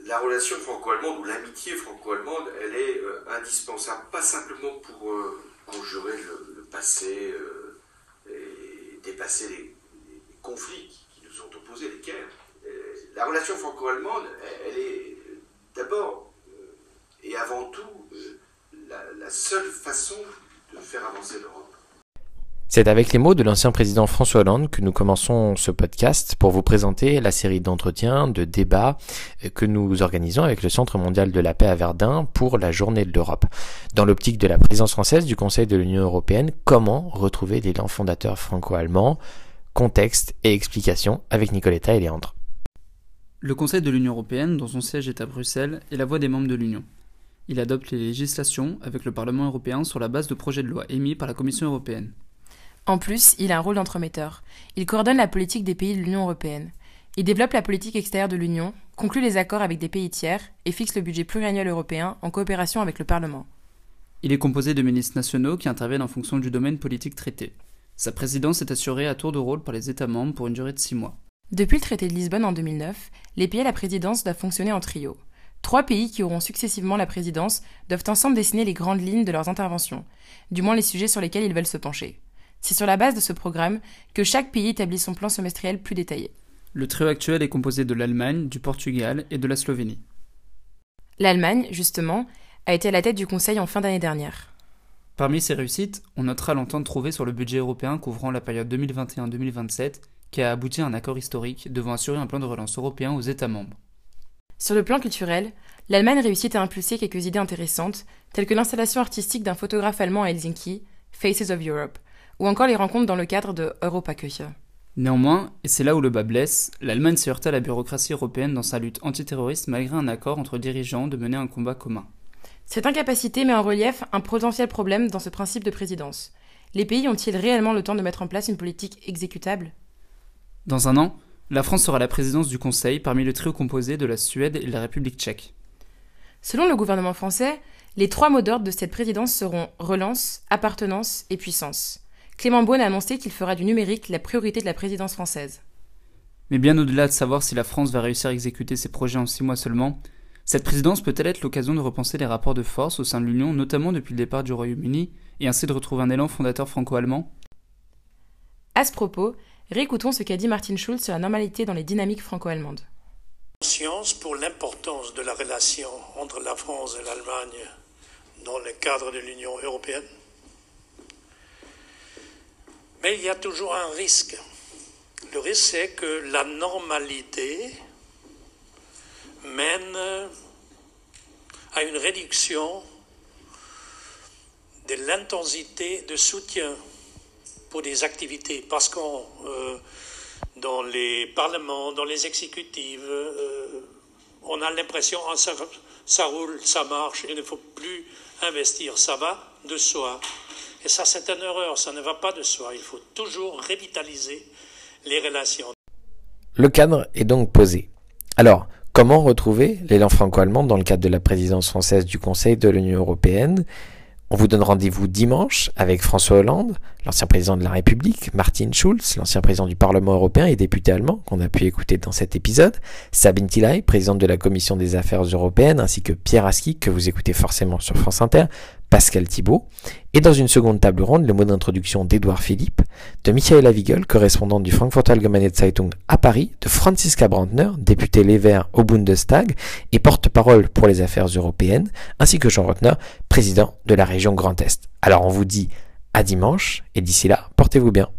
la relation franco-allemande ou l'amitié franco-allemande, elle est indispensable, pas simplement pour conjurer le passé et dépasser les conflits qui nous ont opposés, les guerres. La relation franco-allemande, elle est d'abord et avant tout la seule façon de faire avancer l'Europe. C'est avec les mots de l'ancien président François Hollande que nous commençons ce podcast pour vous présenter la série d'entretiens, de débats que nous organisons avec le Centre mondial de la paix à Verdun pour la Journée de l'Europe. Dans l'optique de la présidence française du Conseil de l'Union européenne, comment retrouver l'élan fondateur franco-allemand? Contexte et explication avec Nicoletta et Léandre. Le Conseil de l'Union européenne, dont son siège est à Bruxelles, est la voix des membres de l'Union. Il adopte les législations avec le Parlement européen sur la base de projets de loi émis par la Commission européenne. En plus, il a un rôle d'entremetteur. Il coordonne la politique des pays de l'Union européenne. Il développe la politique extérieure de l'Union, conclut les accords avec des pays tiers et fixe le budget pluriannuel européen en coopération avec le Parlement. Il est composé de ministres nationaux qui interviennent en fonction du domaine politique traité. Sa présidence est assurée à tour de rôle par les États membres pour une durée de 6 mois. Depuis le traité de Lisbonne en 2009, les pays à la présidence doivent fonctionner en trio. 3 pays qui auront successivement la présidence doivent ensemble dessiner les grandes lignes de leurs interventions, du moins les sujets sur lesquels ils veulent se pencher. C'est sur la base de ce programme que chaque pays établit son plan semestriel plus détaillé. Le trio actuel est composé de l'Allemagne, du Portugal et de la Slovénie. L'Allemagne, justement, a été à la tête du Conseil en fin d'année dernière. Parmi ces réussites, on notera l'entente trouvée sur le budget européen couvrant la période 2021-2027, qui a abouti à un accord historique devant assurer un plan de relance européen aux États membres. Sur le plan culturel, l'Allemagne réussit à impulser quelques idées intéressantes, telles que l'installation artistique d'un photographe allemand à Helsinki, Faces of Europe, ou encore les rencontres dans le cadre de Europaküche. Néanmoins, et c'est là où le bas blesse, l'Allemagne s'est heurtée à la bureaucratie européenne dans sa lutte antiterroriste malgré un accord entre dirigeants de mener un combat commun. Cette incapacité met en relief un potentiel problème dans ce principe de présidence. Les pays ont-ils réellement le temps de mettre en place une politique exécutable ? Dans un an, la France sera la présidence du Conseil parmi le trio composé de la Suède et de la République tchèque. Selon le gouvernement français, les 3 mots d'ordre de cette présidence seront relance, appartenance et puissance. Clément Beaune a annoncé qu'il fera du numérique la priorité de la présidence française. Mais bien au-delà de savoir si la France va réussir à exécuter ses projets en 6 mois seulement, cette présidence peut-elle être l'occasion de repenser les rapports de force au sein de l'Union, notamment depuis le départ du Royaume-Uni, et ainsi de retrouver un élan fondateur franco-allemand ? À ce propos, réécoutons ce qu'a dit Martin Schulz sur la normalité dans les dynamiques franco-allemandes. Conscience pour l'importance de la relation entre la France et l'Allemagne dans le cadre de l'Union européenne. Mais il y a toujours un risque. Le risque, c'est que la normalité mène à une réduction de l'intensité de soutien pour des activités. Parce que dans les parlements, dans les exécutives, on a l'impression que ça roule, ça marche, il ne faut plus investir. Ça va de soi. Et ça, c'est une erreur, ça ne va pas de soi. Il faut toujours revitaliser les relations. Le cadre est donc posé. Alors, comment retrouver l'élan franco-allemand dans le cadre de la présidence française du Conseil de l'Union européenne ? On vous donne rendez-vous dimanche avec François Hollande, l'ancien président de la République, Martin Schulz, l'ancien président du Parlement européen et député allemand qu'on a pu écouter dans cet épisode, Sabine Thilaye, présidente de la Commission des Affaires européennes, ainsi que Pierre Aski, que vous écoutez forcément sur France Inter, Pascal Thibault, et dans une seconde table ronde, le mot d'introduction d'Édouard Philippe, de Michaela Wiegel, correspondante du Frankfurter Allgemeine Zeitung à Paris, de Franziska Brandner, députée Les Verts au Bundestag et porte-parole pour les affaires européennes, ainsi que Jean Rotner, président de la région Grand Est. Alors on vous dit à dimanche, et d'ici là, portez-vous bien.